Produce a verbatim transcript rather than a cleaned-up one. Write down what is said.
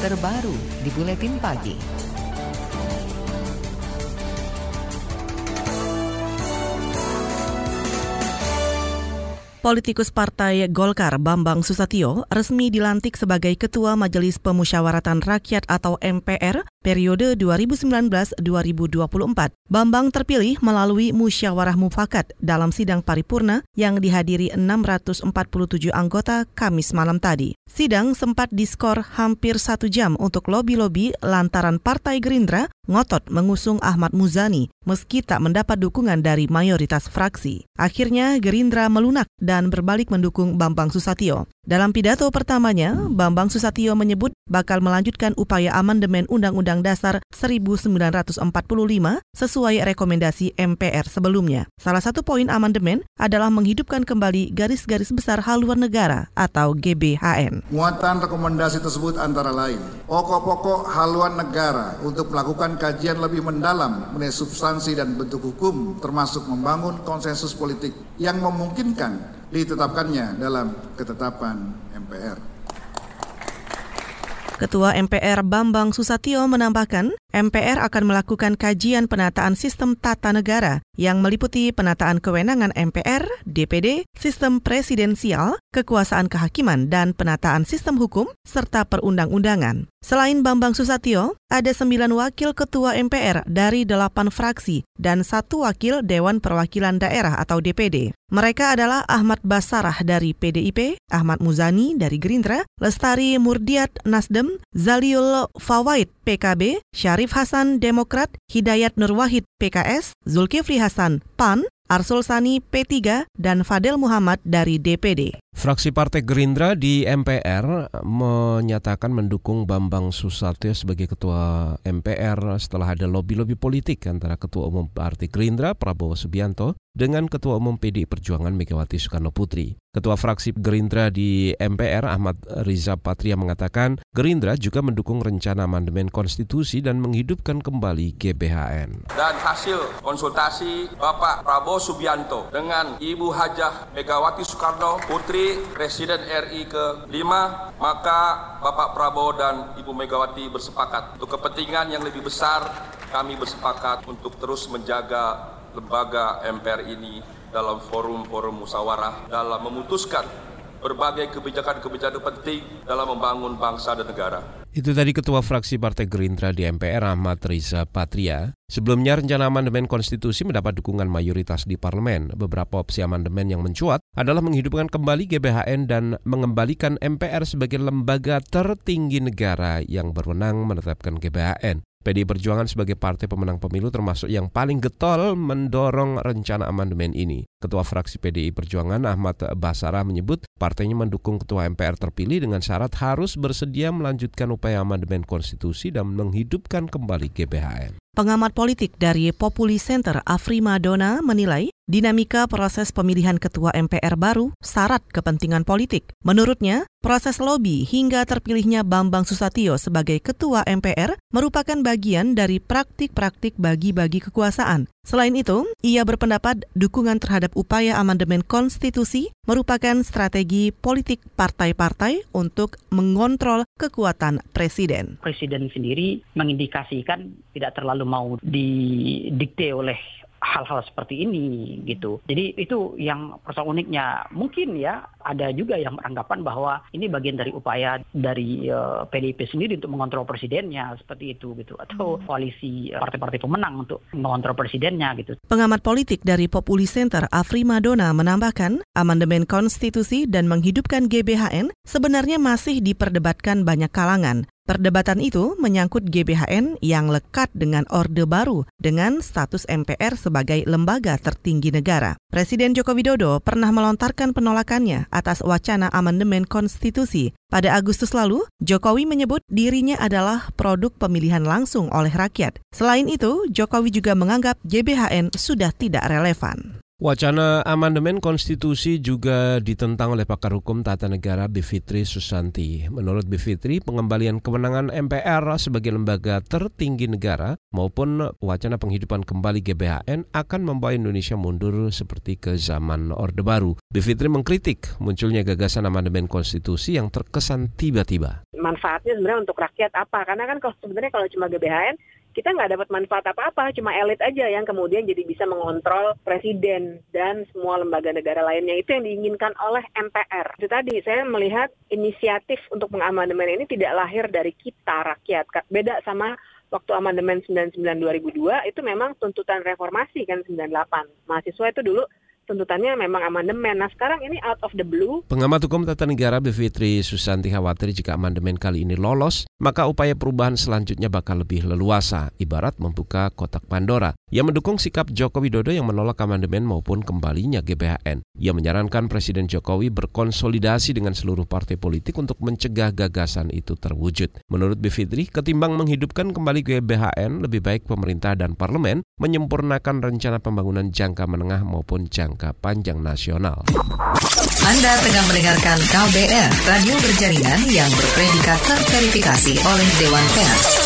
terbaru di Buletin Pagi. Politikus Partai Golkar Bambang Susatyo resmi dilantik sebagai Ketua Majelis Pemusyawaratan Rakyat atau M P R periode dua ribu sembilan belas sampai dua ribu dua puluh empat. Bambang terpilih melalui musyawarah mufakat dalam sidang paripurna yang dihadiri enam ratus empat puluh tujuh anggota Kamis malam tadi. Sidang sempat diskor hampir satu jam untuk lobi-lobi lantaran Partai Gerindra ngotot mengusung Ahmad Muzani meski tak mendapat dukungan dari mayoritas fraksi. Akhirnya Gerindra melunak dan berbalik mendukung Bambang Susatyo. Dalam pidato pertamanya, Bambang Susatyo menyebut bakal melanjutkan upaya amandemen Undang-Undang Dasar seribu sembilan ratus empat puluh lima sesuai rekomendasi M P R sebelumnya. Salah satu poin amandemen adalah menghidupkan kembali garis-garis besar haluan negara atau G B H N. Muatan rekomendasi tersebut antara lain pokok-pokok haluan negara untuk melakukan kajian lebih mendalam mengenai substansi dan bentuk hukum, termasuk membangun konsensus politik yang memungkinkan ditetapkannya dalam ketetapan M P R. Ketua M P R Bambang Susatyo menambahkan, M P R akan melakukan kajian penataan sistem tata negara yang meliputi penataan kewenangan M P R, D P D, sistem presidensial, kekuasaan kehakiman, dan penataan sistem hukum, serta perundang-undangan. Selain Bambang Susatyo, ada sembilan wakil ketua M P R dari delapan fraksi dan satu wakil Dewan Perwakilan Daerah atau D P D. Mereka adalah Ahmad Basarah dari P D I P, Ahmad Muzani dari Gerindra, Lestari Murdiat Nasdem, Zaliul Fawaid P K B, Syarif Hasan Demokrat, Hidayat Nur Wahid P K S, Zulkifli Hasan P A N, Arsul Sani P tiga, dan Fadel Muhammad dari D P D. Fraksi Partai Gerindra di M P R menyatakan mendukung Bambang Susatyo sebagai Ketua M P R setelah ada lobi-lobi politik antara Ketua Umum Partai Gerindra Prabowo Subianto dengan Ketua Umum P D I Perjuangan Megawati Soekarno Putri. Ketua fraksi Gerindra di M P R Ahmad Riza Patria mengatakan Gerindra juga mendukung rencana amandemen konstitusi dan menghidupkan kembali G B H N. Dan hasil konsultasi Bapak Prabowo Subianto dengan Ibu Hajah Megawati Soekarno Putri Presiden R I ke lima, maka Bapak Prabowo dan Ibu Megawati bersepakat untuk kepentingan yang lebih besar. Kami bersepakat untuk terus menjaga lembaga M P R ini dalam forum-forum musyawarah dalam memutuskan berbagai kebijakan-kebijakan penting dalam membangun bangsa dan negara. Itu tadi Ketua Fraksi Partai Gerindra di M P R Ahmad Riza Patria. Sebelumnya rencana amandemen konstitusi mendapat dukungan mayoritas di parlemen. Beberapa opsi amandemen yang mencuat adalah menghidupkan kembali G B H N dan mengembalikan M P R sebagai lembaga tertinggi negara yang berwenang menetapkan G B H N. P D I Perjuangan sebagai partai pemenang pemilu termasuk yang paling getol mendorong rencana amandemen ini. Ketua fraksi P D I Perjuangan Ahmad Basarah menyebut partainya mendukung Ketua M P R terpilih dengan syarat harus bersedia melanjutkan upaya amandemen konstitusi dan menghidupkan kembali G B H N. Pengamat politik dari Populi Center Afri Madona menilai dinamika proses pemilihan ketua M P R baru syarat kepentingan politik. Menurutnya, proses lobi hingga terpilihnya Bambang Susatyo sebagai ketua M P R merupakan bagian dari praktik-praktik bagi-bagi kekuasaan. Selain itu, ia berpendapat dukungan terhadap upaya amandemen konstitusi merupakan strategi politik partai-partai untuk mengontrol kekuatan presiden. Presiden sendiri mengindikasikan tidak terlalu mau didikte oleh hal-hal seperti ini gitu. Jadi itu yang persoalan uniknya. Mungkin ya ada juga yang beranggapan bahwa ini bagian dari upaya dari uh, P D I P sendiri untuk mengontrol presidennya seperti itu gitu, atau koalisi partai-partai pemenang untuk mengontrol presidennya gitu. Pengamat politik dari Populi Center Afri Madona menambahkan, amandemen konstitusi dan menghidupkan G B H N sebenarnya masih diperdebatkan banyak kalangan. Perdebatan itu menyangkut G B H N yang lekat dengan Orde Baru dengan status M P R sebagai lembaga tertinggi negara. Presiden Joko Widodo pernah melontarkan penolakannya atas wacana amandemen konstitusi. Pada Agustus lalu, Jokowi menyebut dirinya adalah produk pemilihan langsung oleh rakyat. Selain itu, Jokowi juga menganggap G B H N sudah tidak relevan. Wacana amandemen konstitusi juga ditentang oleh pakar hukum tata negara Bivitri Susanti. Menurut Bivitri, pengembalian kewenangan M P R sebagai lembaga tertinggi negara maupun wacana penghidupan kembali G B H N akan membawa Indonesia mundur seperti ke zaman Orde Baru. Bivitri mengkritik munculnya gagasan amandemen konstitusi yang terkesan tiba-tiba. manfaatnya sebenarnya untuk rakyat apa. Karena kan kalau sebenarnya kalau cuma G B H N, kita nggak dapat manfaat apa-apa, cuma elit aja yang kemudian jadi bisa mengontrol presiden dan semua lembaga negara lainnya. Itu yang diinginkan oleh M P R. Itu tadi, saya melihat inisiatif untuk mengamandemen ini tidak lahir dari kita, rakyat. Beda sama waktu amandemen sembilan puluh sembilan dua ribu dua, itu memang tuntutan reformasi kan sembilan puluh delapan. Mahasiswa itu dulu tuntutannya memang amandemen. Nah sekarang ini out of the blue. Pengamat hukum tata negara Bivitri Susanti khawatir jika amandemen kali ini lolos, maka upaya perubahan selanjutnya bakal lebih leluasa, ibarat membuka kotak Pandora. Ia mendukung sikap Joko Widodo yang menolak amandemen maupun kembalinya G B H N. Ia menyarankan Presiden Jokowi berkonsolidasi dengan seluruh partai politik untuk mencegah gagasan itu terwujud. Menurut Bivitri, ketimbang menghidupkan kembali G B H N, lebih baik pemerintah dan parlemen menyempurnakan rencana pembangunan jangka menengah maupun jangka panjang nasional. Anda tengah mendengarkan K B R, radio berjaringan yang berpredikat terverifikasi oleh Dewan Pers.